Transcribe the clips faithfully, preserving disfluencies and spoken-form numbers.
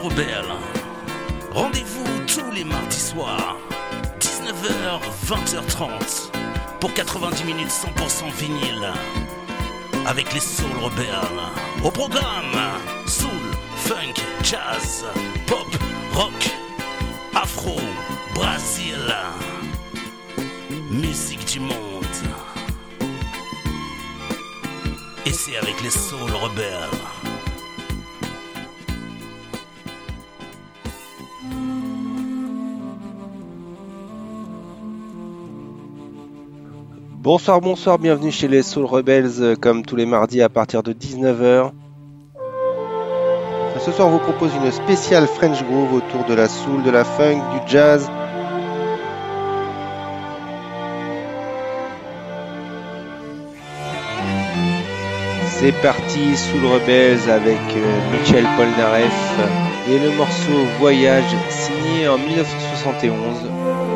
rebelle. Rendez-vous tous les mardis soirs, dix-neuf heures, vingt heures trente, pour quatre-vingt-dix minutes cent pour cent vinyle, avec les Soul Rebelles. Au programme, soul, funk, jazz, pop, rock, afro, Brésil, musique du monde. Et c'est avec les Soul Rebelles. Bonsoir, bonsoir, bienvenue chez les Soul Rebels, comme tous les mardis à partir de dix-neuf heures. Ce soir, on vous propose une spéciale French Groove autour de la soul, de la funk, du jazz. C'est parti, Soul Rebels avec Michel Polnareff et le morceau Voyage, signé en dix-neuf cent soixante et onze.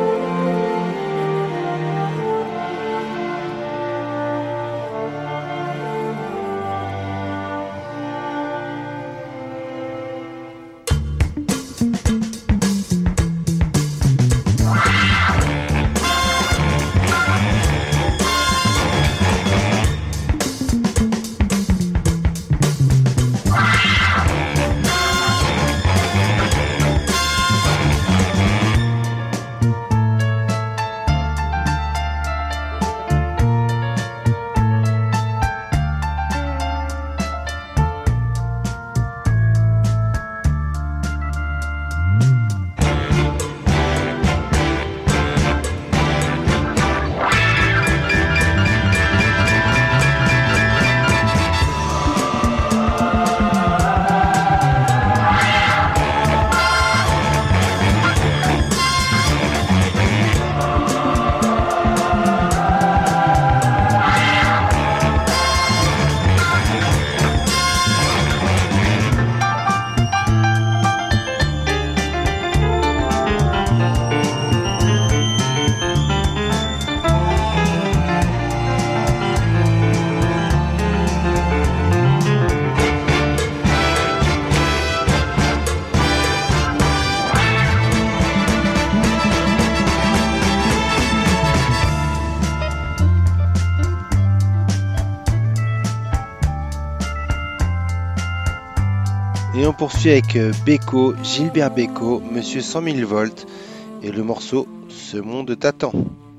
Et on poursuit avec Beko, Gilbert Bécaud, Monsieur cent mille volts, et le morceau Ce monde t'attend.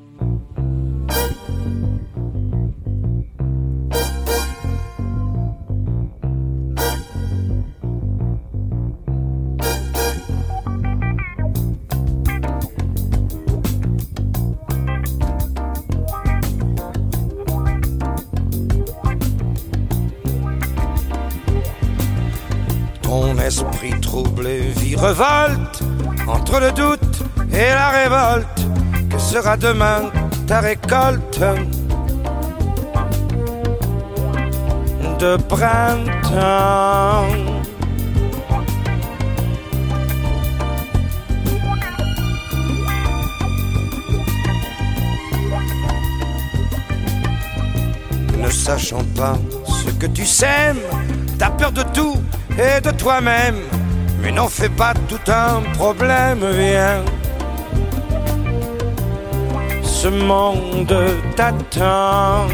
Esprit troublé, vie revolte entre le doute et la révolte. Que sera demain ta récolte de printemps? Ne sachant pas ce que tu sèmes, t'as peur de tout et de toi-même, mais n'en fais pas tout un problème, viens. Ce monde t'attend.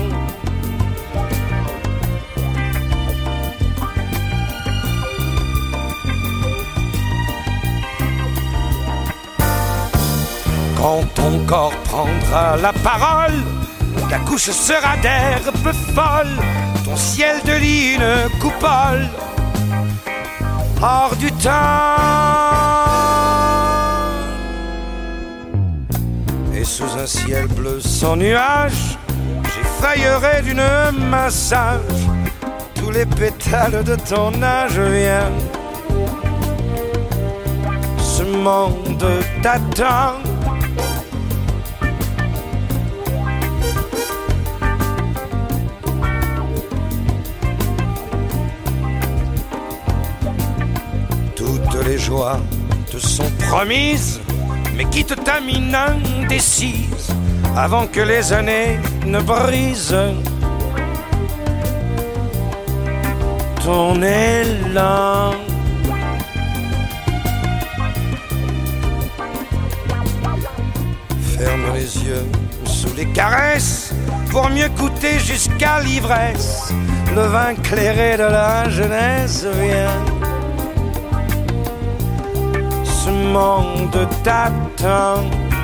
Quand ton corps prendra la parole, ta couche sera d'herbe folle, ton ciel de ligne coupole hors du temps. Et sous un ciel bleu sans nuages, j'effeuillerai d'une main sage tous les pétales de ton âge, viens. Ce monde t'attend. Les joies te sont promises, mais quitte ta mine indécise avant que les années ne brisent ton élan. les yeux, sous les caresses, pour mieux goûter jusqu'à l'ivresse. Le vin clairé de la jeunesse vient. Ce monde t'attend.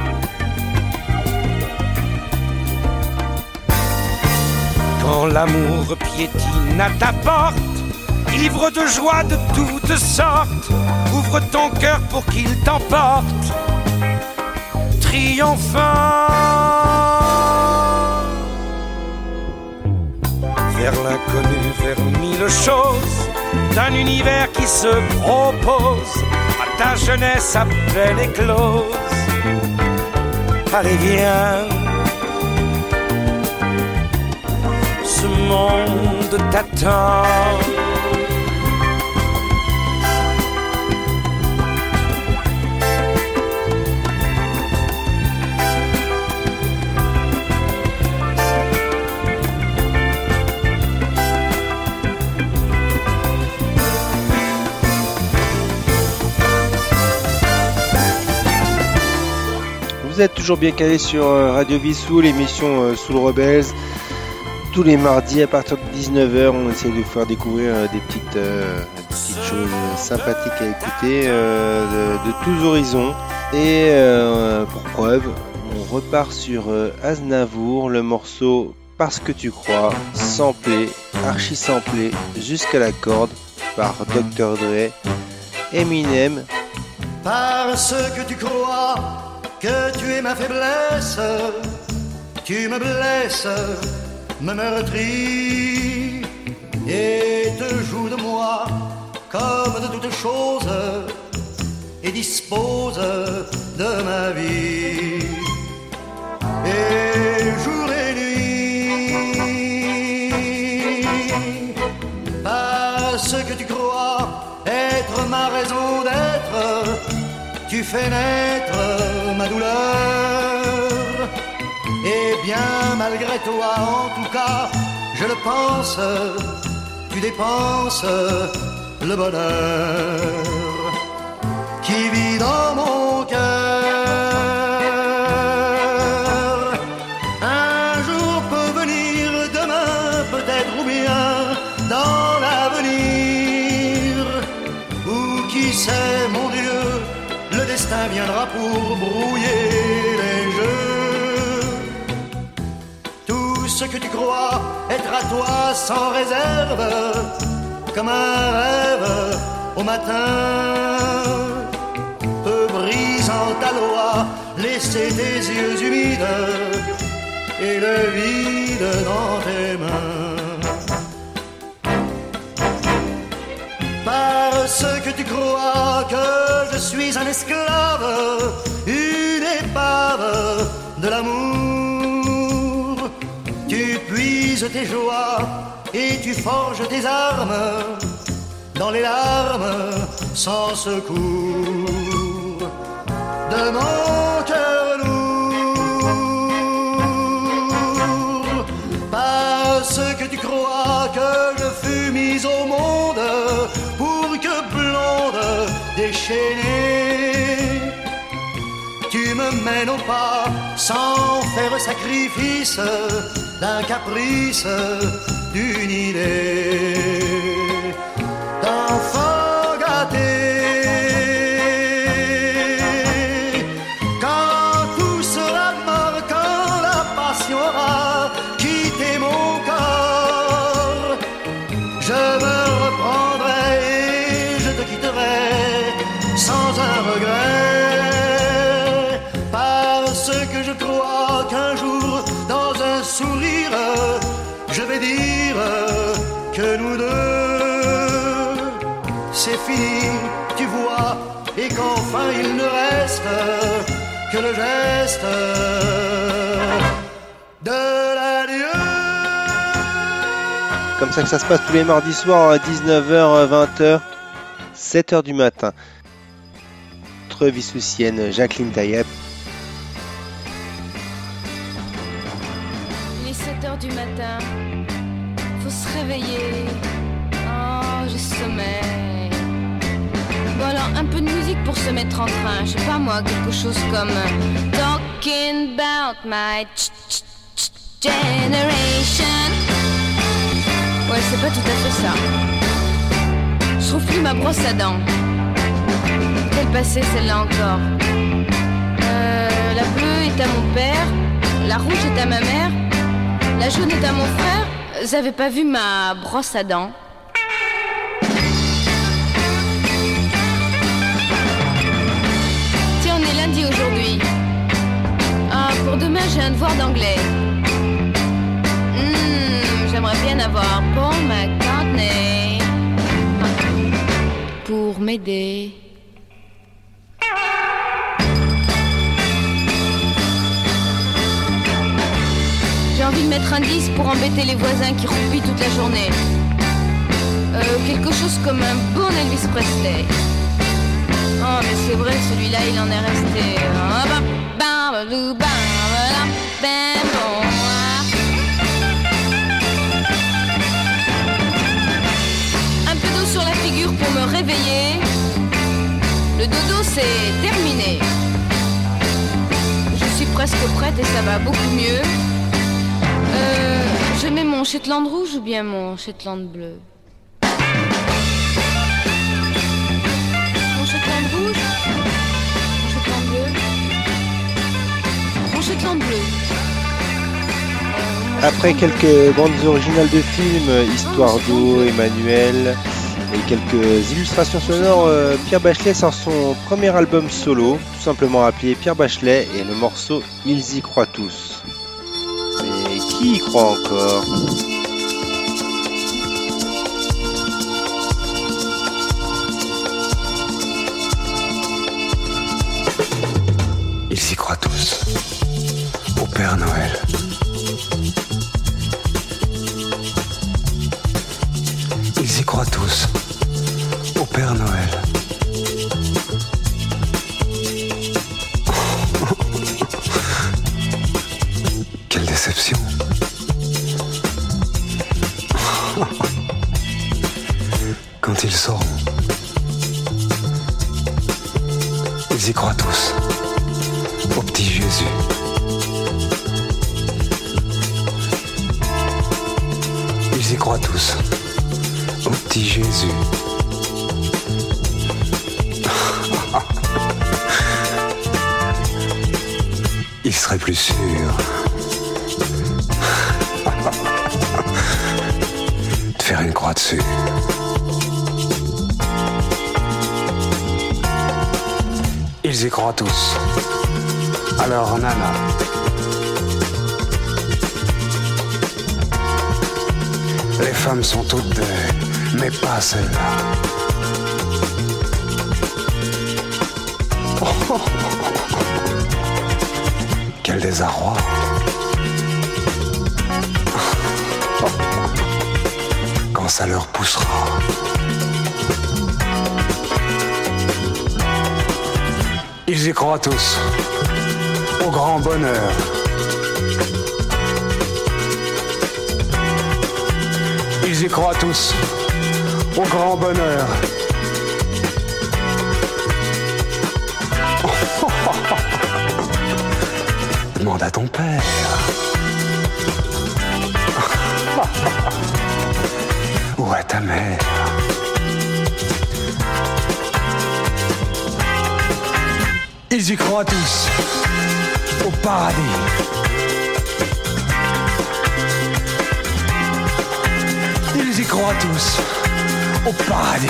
Quand l'amour piétine à ta porte, ivre de joie de toutes sortes, ouvre ton cœur pour qu'il t'emporte, triomphant vers l'inconnu, vers mille choses d'un univers qui se propose à ta jeunesse à peine éclose. Allez viens, ce monde t'attend. Vous êtes toujours bien calé sur Radio Vissou, l'émission Soul Rebels. Tous les mardis à partir de dix-neuf heures, on essaie de vous faire découvrir des petites, euh, des petites choses sympathiques à écouter euh, de, de tous horizons. Et euh, pour preuve, on repart sur euh, Aznavour, le morceau Parce que tu crois, samplé, archi samplé jusqu'à la corde par docteur Dre, Eminem. Parce que tu crois que tu es ma faiblesse, tu me blesses, me meurtris et te joues de moi comme de toutes choses et dispose de ma vie. Et jour et nuit, parce que tu crois être ma raison d'être, tu fais naître ma douleur. Et bien malgré toi, en tout cas, je le pense, tu dépenses le bonheur qui vit dans mon cœur. Un jour peut venir, demain peut-être, ou bien dans l'avenir, ou qui sait, mon Dieu, le destin viendra pour brouiller les jeux. Tout ce que tu crois être à toi sans réserve, comme un rêve au matin, peut brisant ta loi laisser tes yeux humides et le vide dans tes mains. Parce que tu crois que je suis un esclave, une épave de l'amour, tu puises tes joies et tu forges tes armes dans les larmes sans secours de mon cœur lourd. Parce que tu crois que je fus mise au monde pour que blonde déchaînée, tu me mènes au pas sans faire sacrifice d'un caprice, d'une idée d'enfant gâté. Quand tout sera mort, quand la passion aura quitté mon corps, je me reprendrai et je te quitterai sans un regret. Parce que je crois qu'un jour, dans un sourire, je vais dire que nous deux, c'est fini, tu vois, et qu'enfin il ne reste que le geste de l'adieu. Comme ça que ça se passe tous les mardis soirs à dix-neuf heures, vingt heures, sept heures du matin. Notre vissoussienne Jacqueline Taillep. Il est sept heures du matin, faut se réveiller. Oh, je sommeille. Bon alors, un peu de musique pour se mettre en train. Je sais pas moi, quelque chose comme Tant talking about my ch- ch- ch- generation. Ouais, c'est pas tout à fait ça. Je trouve plus ma brosse à dents. Quelle passée celle-là encore. Euh, la bleue est à mon père, la rouge est à ma mère, la jaune est à mon frère. J'avais pas vu ma brosse à dents. Tiens, on est lundi aujourd'hui. Ah, pour demain j'ai un devoir d'anglais. Mmh, j'aimerais bien avoir Paul McCartney pour m'aider. J'ai envie de mettre un disque pour embêter les voisins qui roupillent toute la journée. Euh, quelque chose comme un bon Elvis Presley. Oh, mais c'est vrai, celui-là, il en est resté. Un peu d'eau sur la figure pour me réveiller. Le dodo, c'est terminé. Je suis presque prête et ça va beaucoup mieux. Euh, je mets mon Shetland rouge ou bien mon Shetland bleu? Mon Shetland rouge? Mon Shetland bleu? Mon Shetland bleu. Euh, Après quelques bandes originales de films, Histoire d'eau, Emmanuel et quelques illustrations sonores, euh, Pierre Bachelet sort son premier album solo, tout simplement appelé Pierre Bachelet, et le morceau Ils y croient tous. Mais qui y croit encore ? Ils y croient tous au Père Noël. Ils y croient tous au Père Noël. Quelle déception. Quand ils sauront, ils y croient tous au petit Jésus. Ils y croient tous au petit Jésus. Il serait plus sûr de faire une croix dessus. Ils y croient tous. Alors nana, les femmes sont toutes belles, mais pas celle-là. Oh, oh, oh, oh. Quel désarroi. Quand ça leur poussera. Ils y croient tous au grand bonheur. Ils y croient tous au grand bonheur. Demande à ton père. Ou à ta mère. Ils y croient tous au paradis. Ils y croient tous au paradis.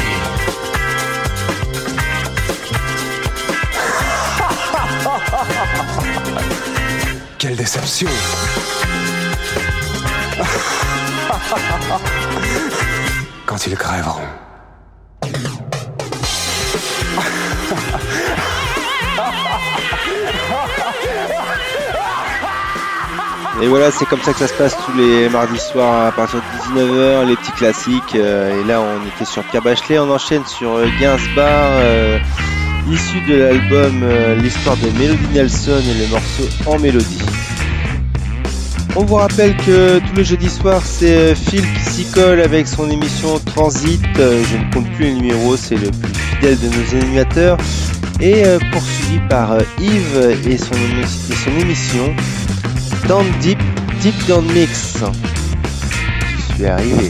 Quelle déception. Quand ils crèveront. Et voilà, c'est comme ça que ça se passe tous les mardis soirs à partir de dix-neuf heures, les petits classiques. Euh, et là, on était sur Pierre Bachelet, on enchaîne sur euh, Gainsbourg, euh, issu de l'album euh, L'histoire de Melody Nelson et le morceau En Mélodie. On vous rappelle que tous les jeudis soirs, c'est euh, Phil qui s'y colle avec son émission Transit. Euh, je ne compte plus les numéros, c'est le plus fidèle de nos animateurs. Et euh, poursuivi par euh, Yves et son, et son émission Down Deep, Deep Down Mix. Je suis arrivé.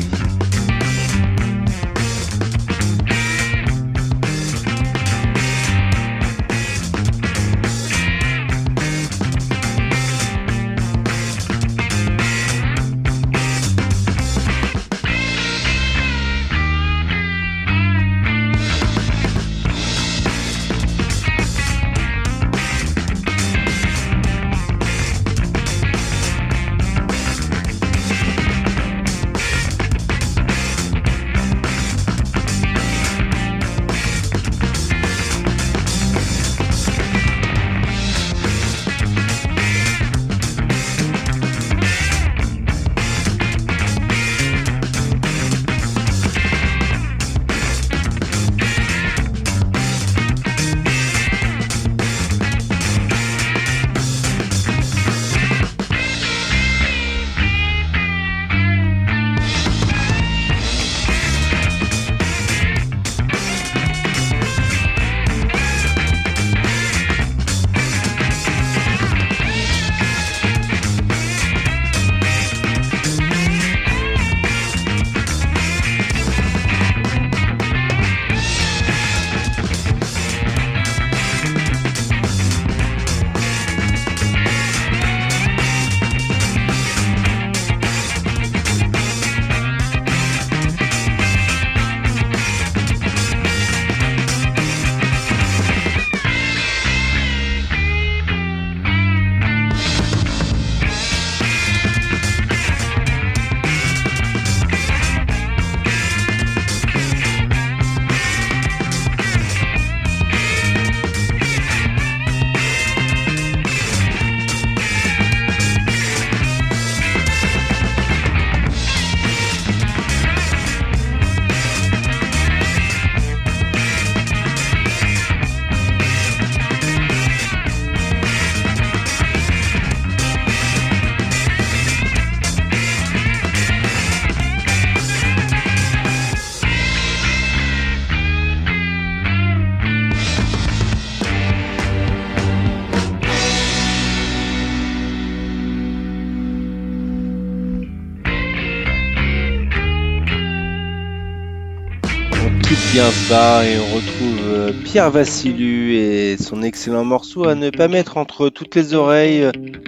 Bien ça, et on retrouve Pierre Vassilou et son excellent morceau à ne pas mettre entre toutes les oreilles.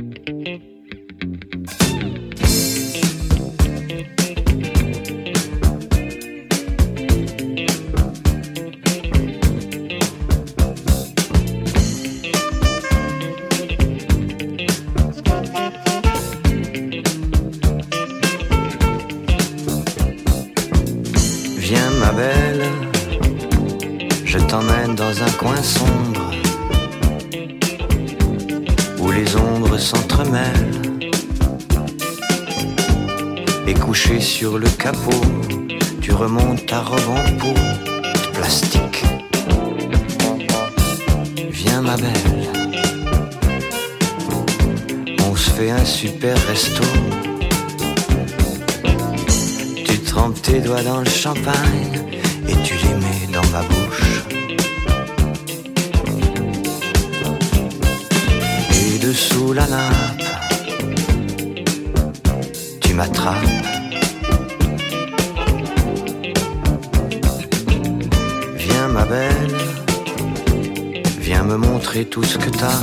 Viens ma belle, je t'emmène dans un coin sombre où les ombres s'entremêlent. Et couché sur le capot, tu remontes ta robe en peau de plastique. Viens ma belle, on se fait un super resto. Tu trempes tes doigts dans le champagne et tu les mets dans ma bouche. Et dessous la nappe, tu m'attrapes. Viens ma belle, viens me montrer tout ce que t'as.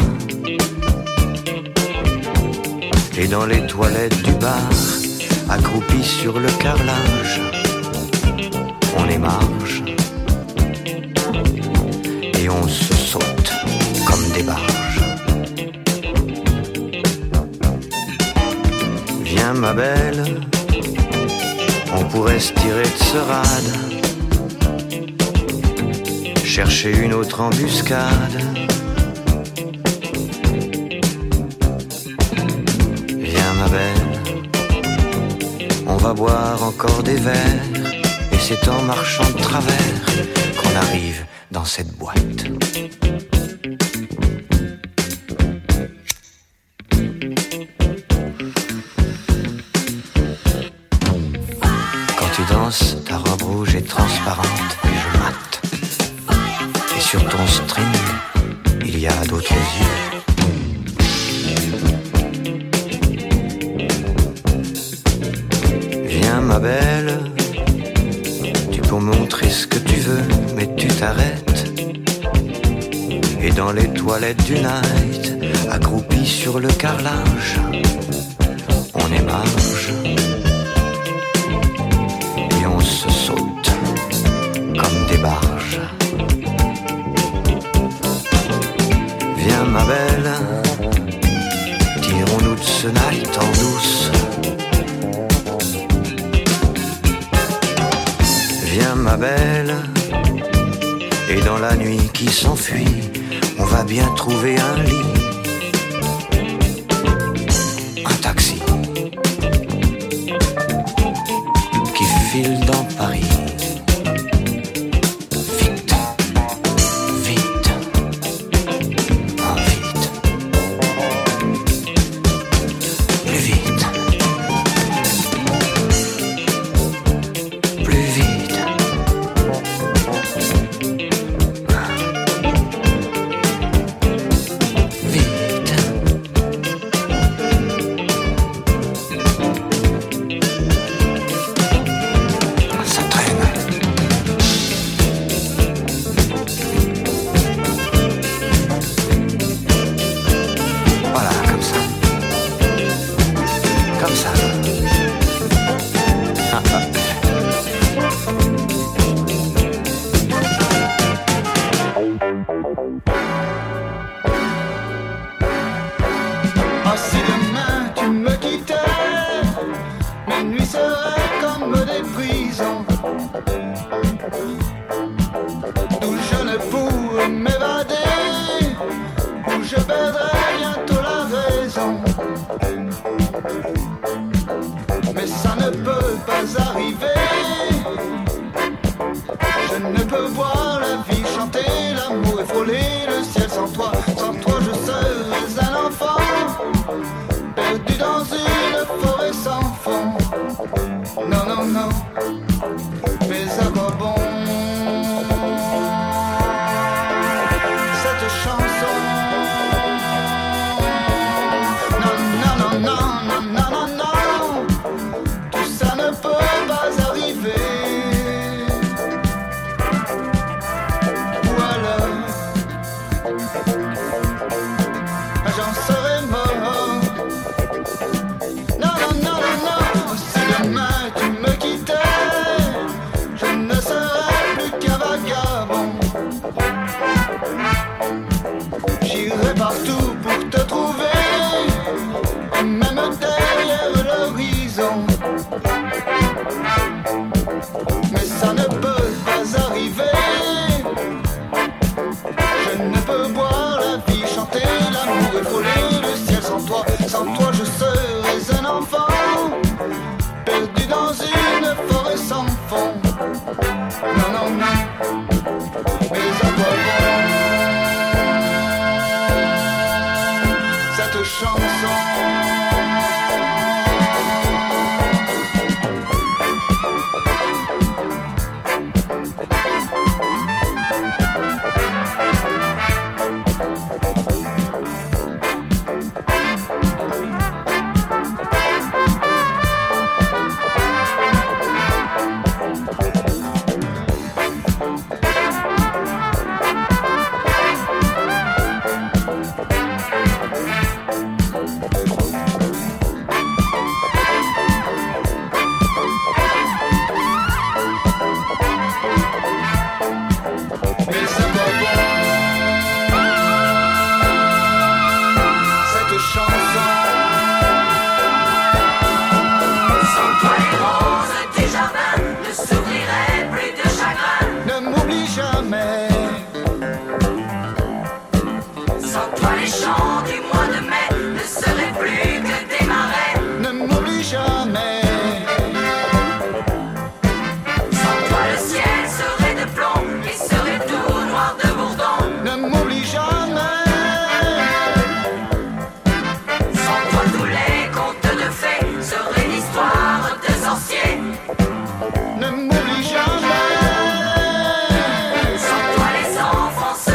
Et dans les toilettes du bar, accroupi sur le carrelage, on émarge et on se saute comme des barges. Viens ma belle, on pourrait se tirer de ce rade, chercher une autre embuscade. Viens ma belle, on va boire encore des verres, et c'est en marchant de travers qu'on arrive dans cette boîte. Quand tu danses, ta robe rouge est transparente et je mate. Et sur ton string, il y a d'autres yeux. Viens ma belle, tu peux montrer ce que tu veux, mais tu t'arrêtes. Et dans les toilettes du night, accroupi sur le carrelage, on émarge et on se saute comme des barges. Viens ma belle, tirons-nous de ce night en douce. Viens ma belle, et dans la nuit qui s'enfuit, on va bien trouver un lit, un taxi qui file dans Paris. Vite, vite, oh vite, plus vite, plus vite. Ne m'oublie jamais. Sans toi les enfants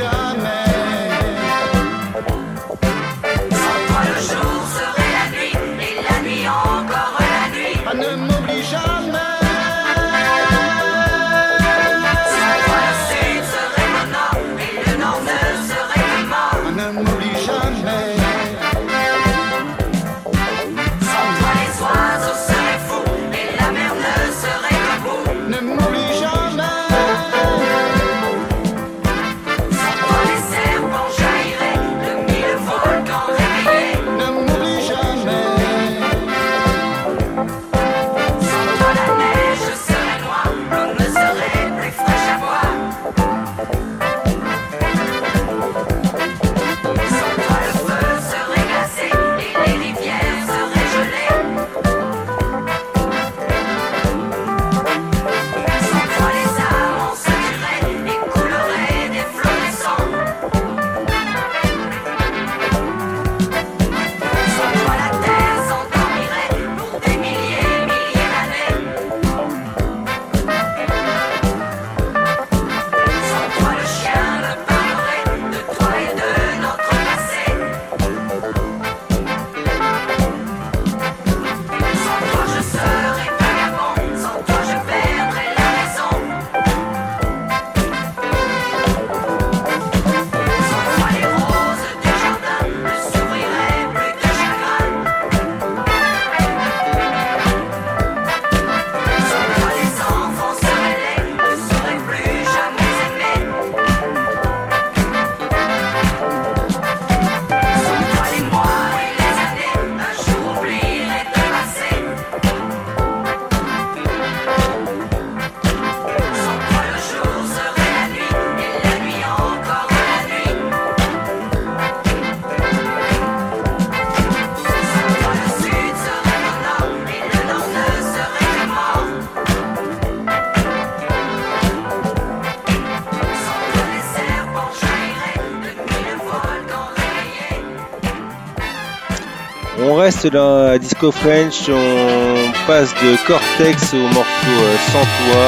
On reste dans la disco French, on passe de Cortex au morceau euh, Sans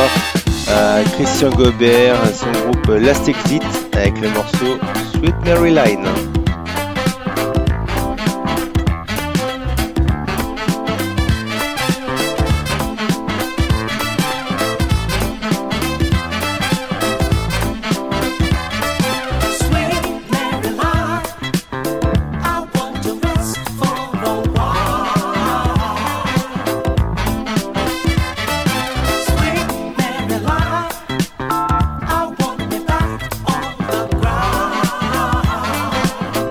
Toi à Christian Gobert, son groupe Last Exit avec le morceau Sweet Mary Line. I want me back on the ground.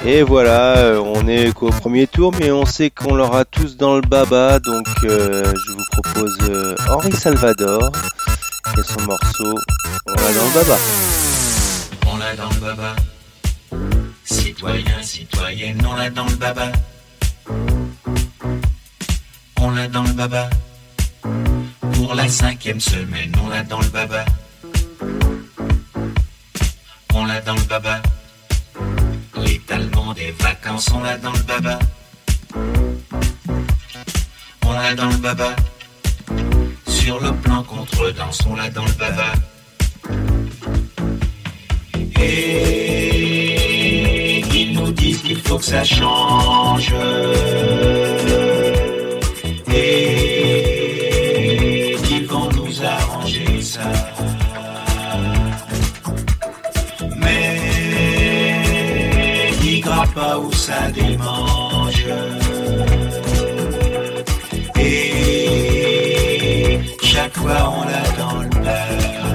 Et voilà, euh, on est qu'au premier tour, mais on sait qu'on l'aura tous dans le baba, donc euh, je vous propose euh, Henri Salvador et son morceau On l'a dans le baba. On l'a dans le baba. Citoyen, citoyenne, on l'a dans le baba. On l'a dans le baba. Pour la cinquième semaine, on l'a dans le baba. On l'a dans le baba. L'étalement des vacances, on l'a dans le baba. On l'a dans le baba. Sur le plan contredanse, on l'a dans le baba. Et ils nous disent qu'il faut que ça change. Et qu'ils vont nous arranger ça. Mais ils grappent pas où ça démange. Et chaque fois on l'a dans le beurre.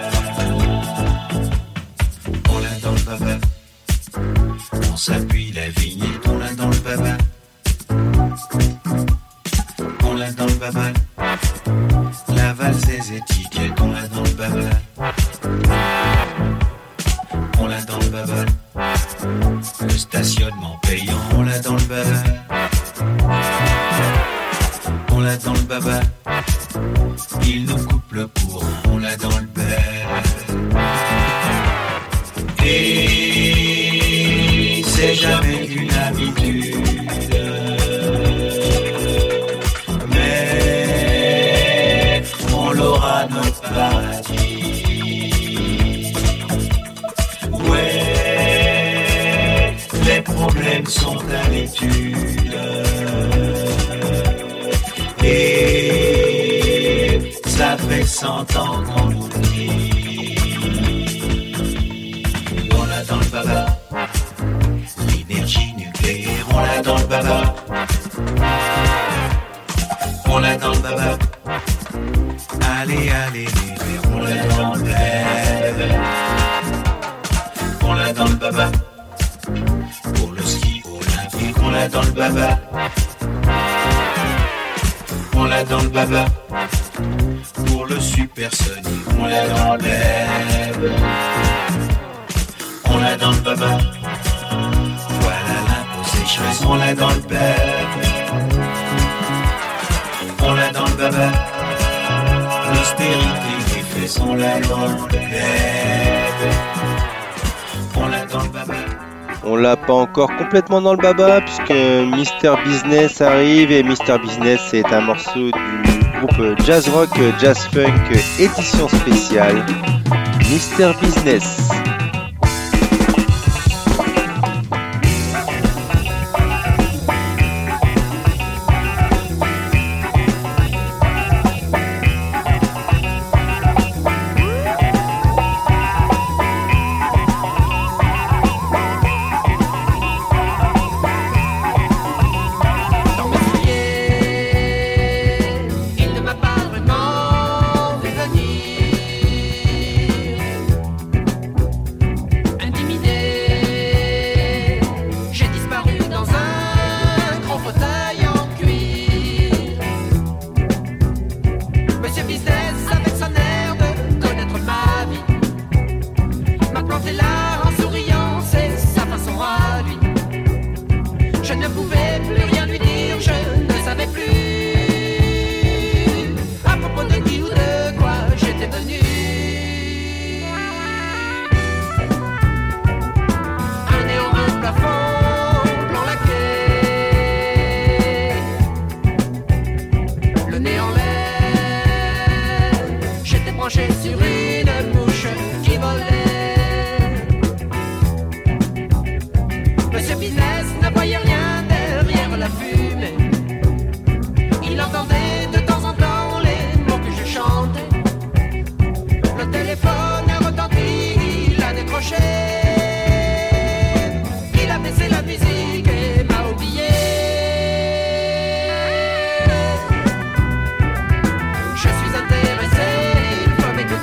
On l'a dans le baba. On s'appuie la vignette, on l'a dans le baba. On l'a dans le baba. La valse des étiquettes, on l'a dans le baba. On l'a dans le baba. Le stationnement payant, on l'a dans le baba. On l'a dans le baba. Il nous coupe le courant, on l'a dans le baba. Et c'est jamais qu'une habitude. Mais on l'aura notre paradis. Ouais, les problèmes sont à l'étude. Et ça fait cent ans qu'on nous dit. On l'a dans le baba. L'énergie nucléaire, on l'a dans le baba. On l'a dans le baba. Allez, allez, les verts, on l'a dans le baba. On l'a dans le baba. Pour le ski olympique, on l'a dans le baba. On l'a dans le baba. Pour le supersonique, on l'a dans le baba. On l'a dans le baba. Voilà l'impôt sécheresse, on l'a dans le baba. On l'a dans le baba. L'austérité des fesses, on l'a dans le baba. On l'a dans le baba. On l'a pas encore complètement dans le baba puisque Mister Business arrive et Mister Business c'est un morceau du groupe Jazz Rock Jazz Funk édition spéciale Mister Business. Je suis intéressé, une femme est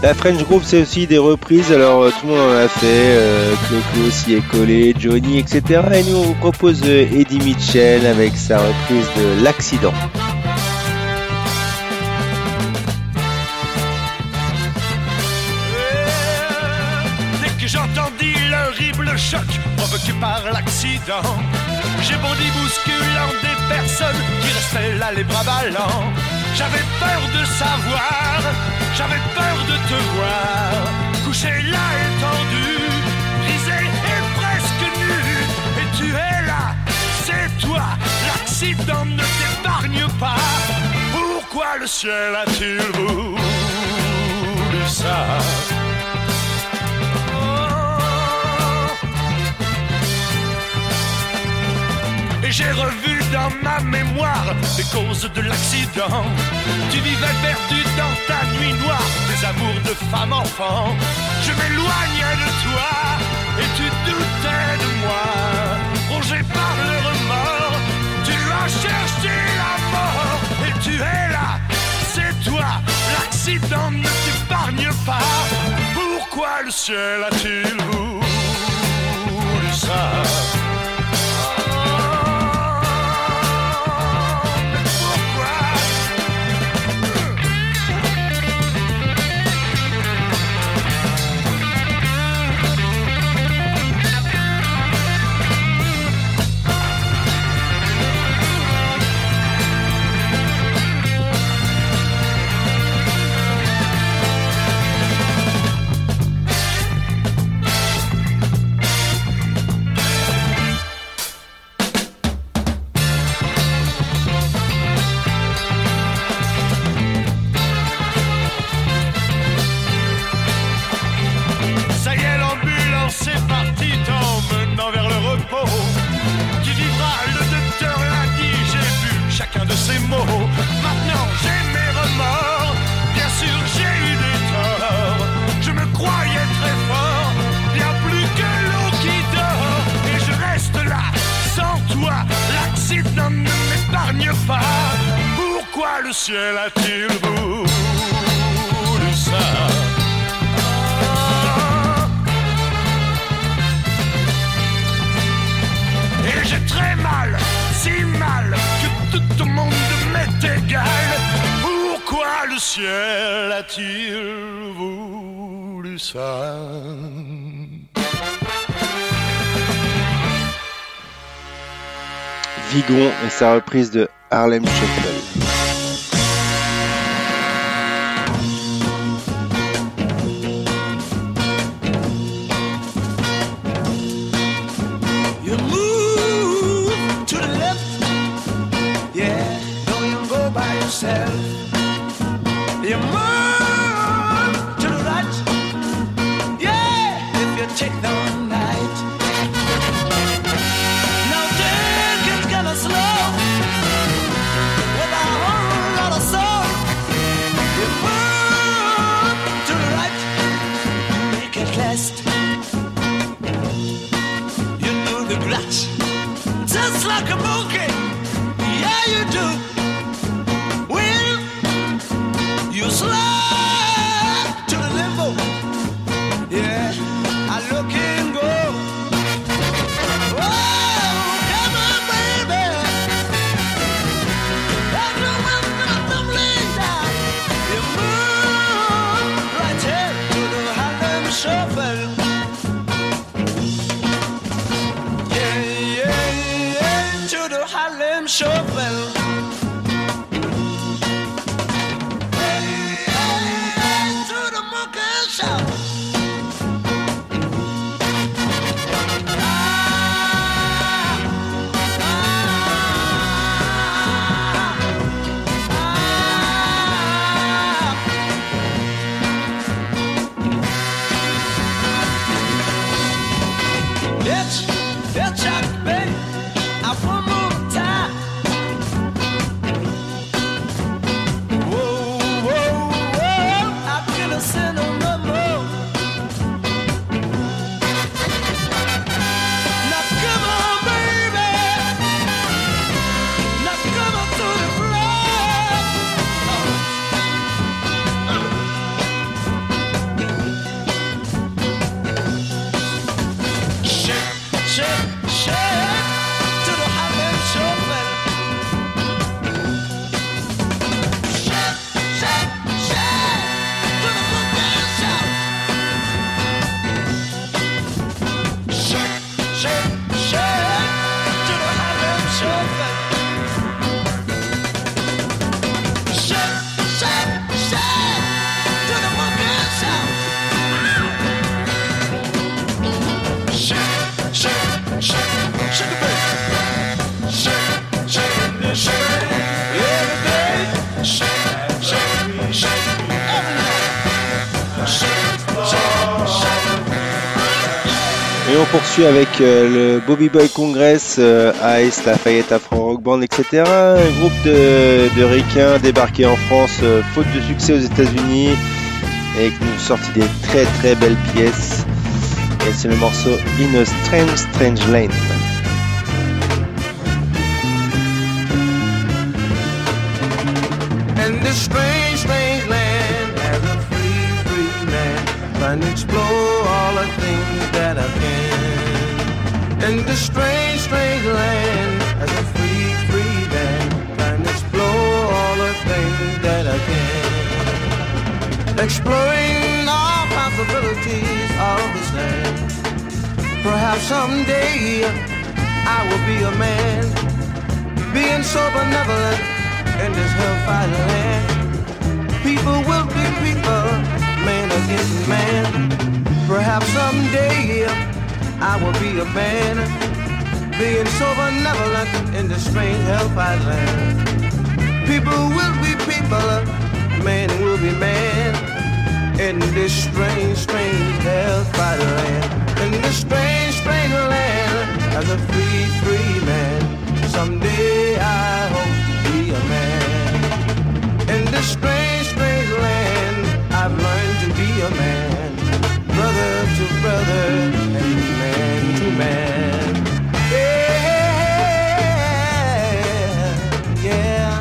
La French Group, c'est aussi des reprises, alors euh, tout le monde en a fait, euh, Clo-Clo s'y est collé, Johnny, et cetera. Et nous, on vous propose euh, Eddie Mitchell avec sa reprise de L'Accident. Dès que j'entendis l'horrible choc provoqué par l'accident, j'ai bondi bousculant des personnes qui restaient là les bras ballants. J'avais peur de savoir, j'avais peur de te voir, couché là étendu, brisé et presque nu. Et tu es là, c'est toi, l'accident ne t'épargne pas. Pourquoi le ciel a-t-il voulu ça? Et j'ai revu dans ma mémoire les causes de l'accident. Tu vivais perdu dans ta nuit noire, des amours de femme enfant. Je m'éloignais de toi et tu doutais de moi. Rongé par le remords, tu as cherché la mort. Et tu es là, c'est toi, l'accident ne t'épargne pas. Pourquoi le ciel a-t-il voulu ça? Le ciel a-t-il voulu ça? Et j'ai très mal, si mal, que tout au monde m'est égal. Pourquoi le ciel a-t-il voulu ça? Vigon et sa reprise de Harlem Shuffle. You move to the right, yeah, if you take the night. Now think it's kinda slow, with a whole lot of soul. You move to the right, make it last. You do the clutch, just like a monkey, yeah you do. You slide to the limbo, yeah, I look and go. Oh, come on, baby. There's no one nothing laid down. You move right here to the Harlem Shuffle. Yeah, yeah, yeah, to the Harlem Shuffle. Et on poursuit avec euh, le Bobby Boy Congress, euh, Ice, Lafayette Afro Rock Band, et cetera. Un groupe de, de ricains débarqué en France, euh, faute de succès aux États-Unis, et qui nous sorti des très très belles pièces. Et c'est le morceau In a Strange Strange Land. In this strange, strange land, as a free, free man, trying to explore all the things that I can. In this strange, strange land, as a free, free man, trying to explore all the things that I can. Exploring all possibilities of this land. Perhaps someday I will be a man, being so benevolent in this hellfire land. People will be people, man against man. Perhaps someday I will be a man, being so benevolent in this strange hellfire land. People will be people, man will be man, in this strange, strange hellfire land. In this strange, strange land, as a free, free man, someday I hope be a man. In this strange, strange land, I've learned to be a man, brother to brother and man to man. Yeah, yeah.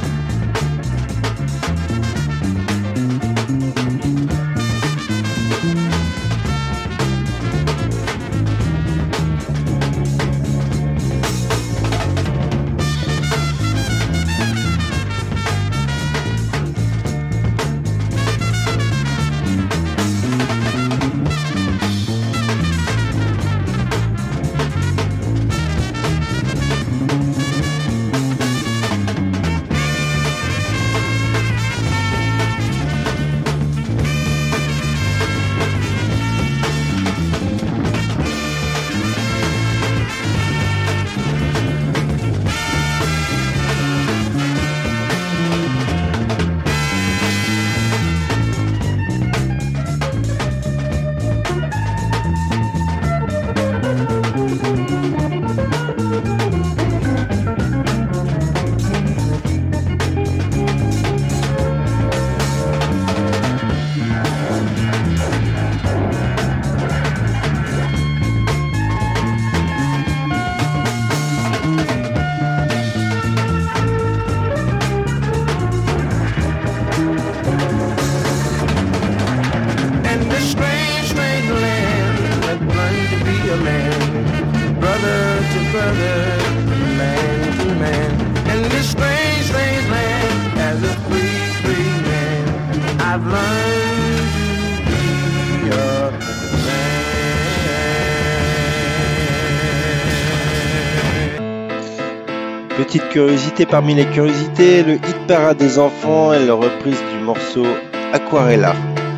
Petite curiosité parmi les curiosités, le hit parade des enfants est la reprise du morceau Aquarela,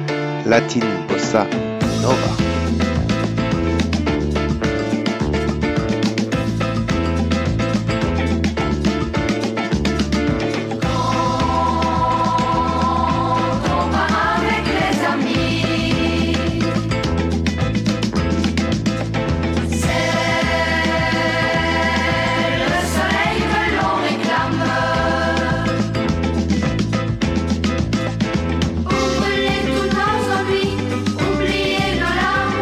Latin Bossa Nova. Oubliez tous nos ennuis, oubliez nos larmes.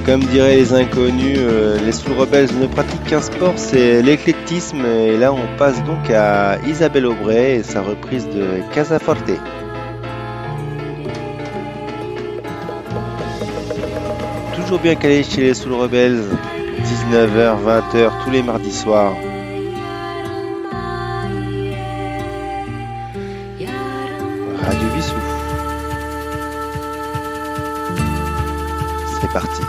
comme diraient les inconnus, euh, les Soul Rebels ne pratiquent qu'un sport, c'est l'éclectisme. Et là, on passe donc à Isabelle Aubray et sa reprise de Casa Forte. Toujours bien calé chez les Soul Rebels, dix-neuf heures, vingt heures tous les mardis soirs. Radio Vissou. C'est parti.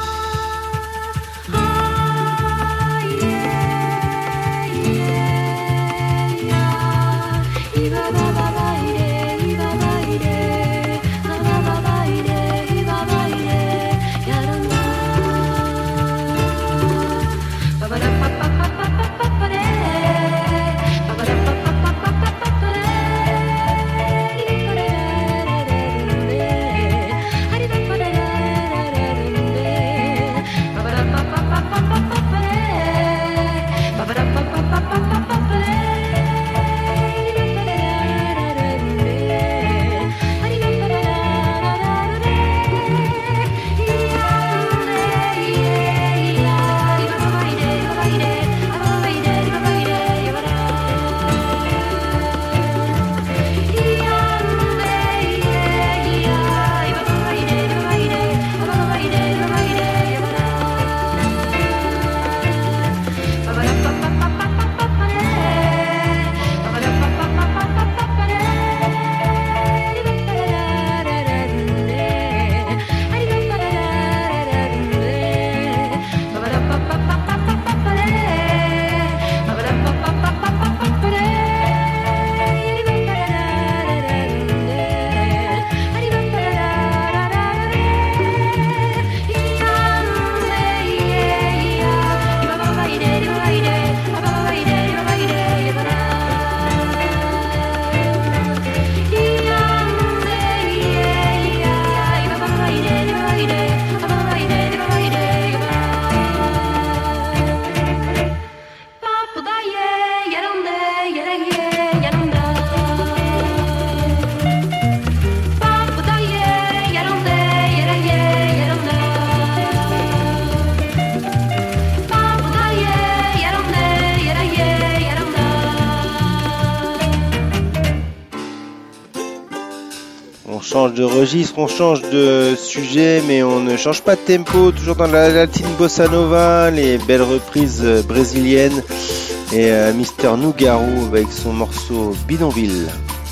On change de registre, on change de sujet, mais on ne change pas de tempo. Toujours dans la latine bossa nova, les belles reprises brésiliennes et euh, Mister Nougaro avec son morceau Bidonville.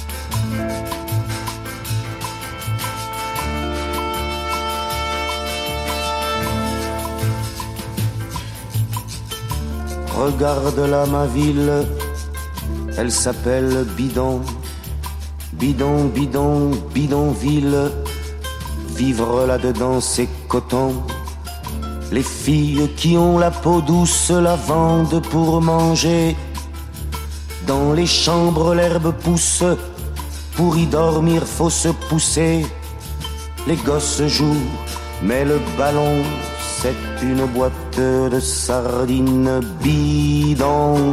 Regarde-la ma ville, elle s'appelle Bidon. Bidon, bidon, bidonville, vivre là-dedans c'est coton. Les filles qui ont la peau douce la vendent pour manger. Dans les chambres l'herbe pousse, pour y dormir faut se pousser. Les gosses jouent, mais le ballon c'est une boîte de sardines bidon.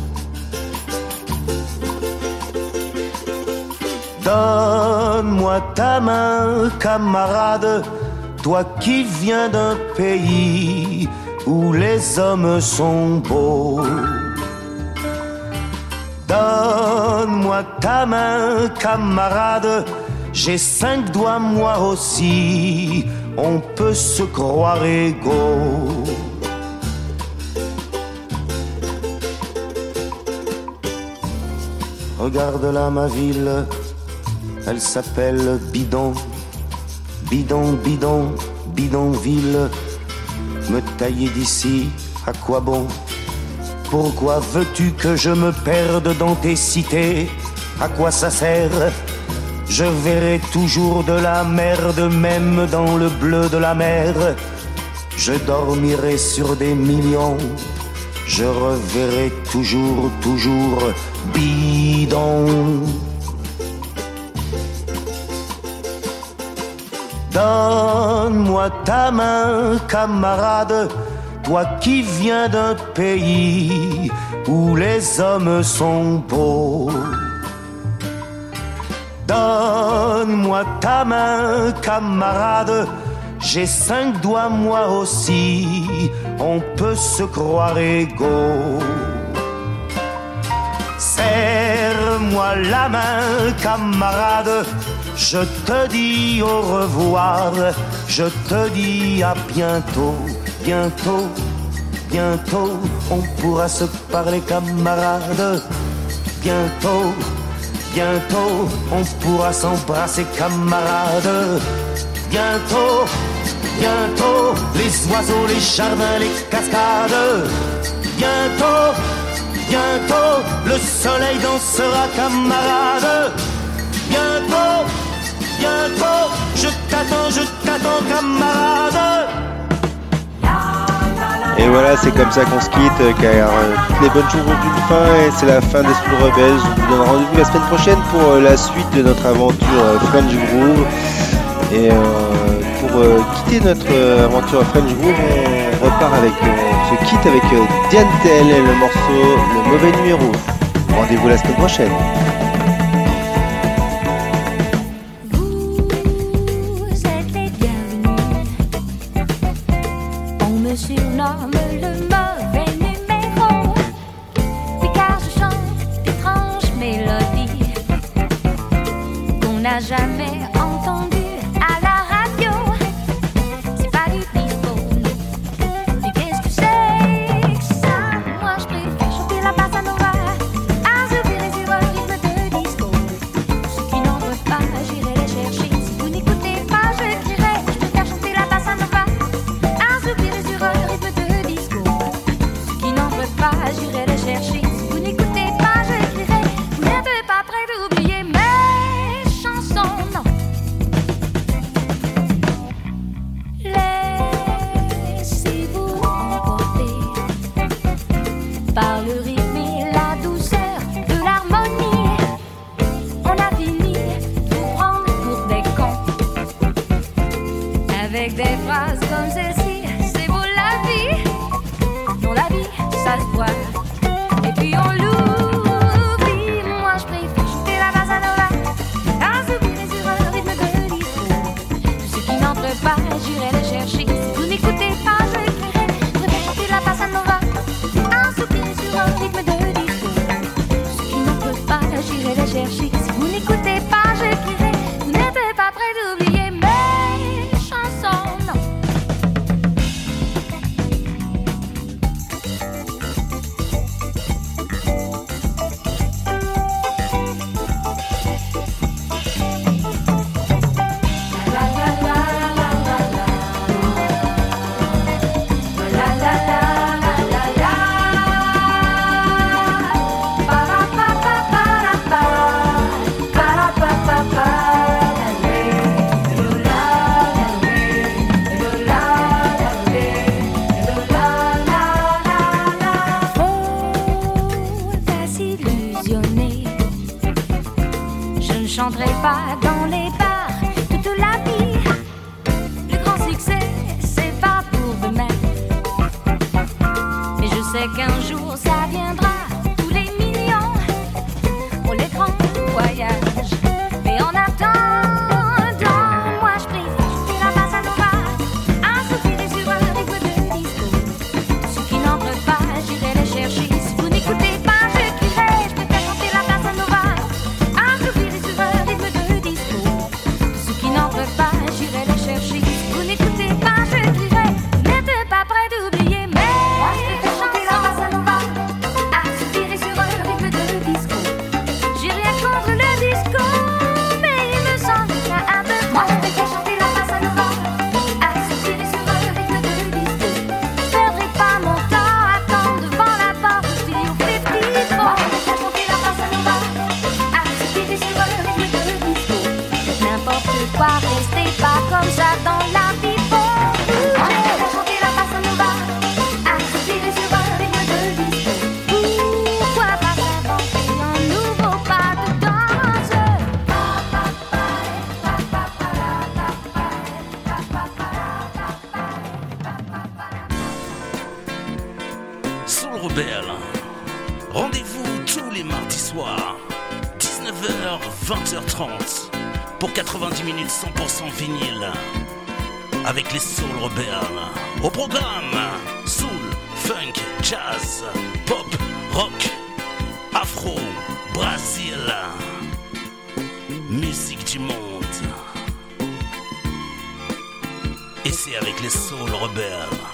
Donne-moi ta main, camarade, toi qui viens d'un pays où les hommes sont beaux. Donne-moi ta main, camarade, j'ai cinq doigts moi aussi, on peut se croire égaux. Regarde là ma ville, elle s'appelle Bidon, bidon, bidon, bidonville. Me tailler d'ici, à quoi bon? Pourquoi veux-tu que je me perde dans tes cités? À quoi ça sert? Je verrai toujours de la merde, même dans le bleu de la mer. Je dormirai sur des millions, je reverrai toujours, toujours bidon. Donne-moi ta main, camarade, toi qui viens d'un pays où les hommes sont beaux. Donne-moi ta main, camarade, j'ai cinq doigts moi aussi, on peut se croire égaux. Serre-moi la main, camarade, je te dis au revoir, je te dis à bientôt, bientôt, bientôt, on pourra se parler, camarade. Bientôt, bientôt, on pourra s'embrasser, camarade. Bientôt, bientôt, les oiseaux, les jardins, les cascades. Bientôt, bientôt, le soleil dansera, camarade. Bientôt, bientôt, je t'attends, je t'attends, camarade. Et voilà, c'est comme ça qu'on se quitte, car euh, toutes les bonnes choses ont une fin, et c'est la fin des Soul Rebels. Je vous donne rendez-vous la semaine prochaine pour euh, la suite de notre aventure euh, French Groove. Et euh, pour euh, quitter notre euh, aventure French Groove, on repart avec, euh, on se quitte avec euh, Diantel et le morceau Le Mauvais Numéro. Rendez-vous la semaine prochaine. Surnomme le mauvais numéro. Oui, car je chante d'étranges mélodies qu'on n'a jamais entendues à la radio. C'est pas du disco, mais qu'est-ce que c'est que ça? Moi je préfère chanter la bossa nova, assoupir sur un rythme de disco. Ceux qui n'en veulent pas, j'irai les chercher. Si vous n'écoutez pas, je crierai. Je préfère chanter la bossa nova, assoupir sur un rythme de disco. Ceux qui n'en veulent pas, j'irai les chercher. Si vous n'écoutez pas, je crierai. Vous n'êtes pas prêts d'oublier mes chansons, non. Laissez-vous emporter par le rythme et la douceur de l'harmonie. On a fini de vous prendre pour des cons avec des phrases comme celle-ci. C'est beau la vie, non la vie ça se voit, et puis on l'oublie. Moi je préfère chanter la bossa nova, assoupir sur un rythme de disco. Ceux qui n'entrent pas, j'irai les chercher. Si vous n'écoutez pas, je crierai. Je préfère chanter la bossa nova, assoupir sur un rythme de disco. Ceux qui n'entrent pas, j'irai les chercher. Si vous n'écoutez pas, je crierai. Vous n'êtes pas prêts d'oublier mes chansons, non. Faut pas s'illusionner. Je ne chanterai pas dans les bars toute la vie. Le grand succès, c'est pas pour demain. Mais je sais qu'un jour ça viendra. Tous les millions pour les grands voyages. Mais en attendant, moi je préfère chanter la bossa nova, assoupir sur un rythme de disco. Ceux qui n'entrent pas, j'irai les chercher. Si vous n'écoutez pas, je crierai. Je préfère chanter la bossa nova, assoupir sur un rythme de disco. Ceux qui n'entrent pas, j'irai les chercher. Si vous n'écoutez pas, je crierai. Vous n'êtes pas prêts d'oublier mes chansons. La bossa nova, assoupir sur un rythme de disco. J'ai rien contre le disco, mais il me semble qu'il y a un peu. Moi je préfère chanter la bossa nova, assoupir sur un rythme de disco. Je perdrai pas mon temps à attendre devant la porte du studio cinquante-quatre. Moi je préfère chanter la bossa nova, assoupir sur un rythme de disco. N'importe quoi, restez pas comme ça dans la vie. Moi je préfère chanter la bossa nova, assoupir sur un rythme de disco. Pourquoi pas s'inventer un nouveau pas de danse? Soul Rebel. Rendez-vous tous les mardis soirs, dix-neuf heures, vingt heures trente, pour quatre-vingt-dix minutes cent pour cent vinyle. avec les Soul Rebels. Au programme, soul, funk, jazz, pop, rock, afro, Brésil, musique du monde. Et c'est avec les Soul Rebels.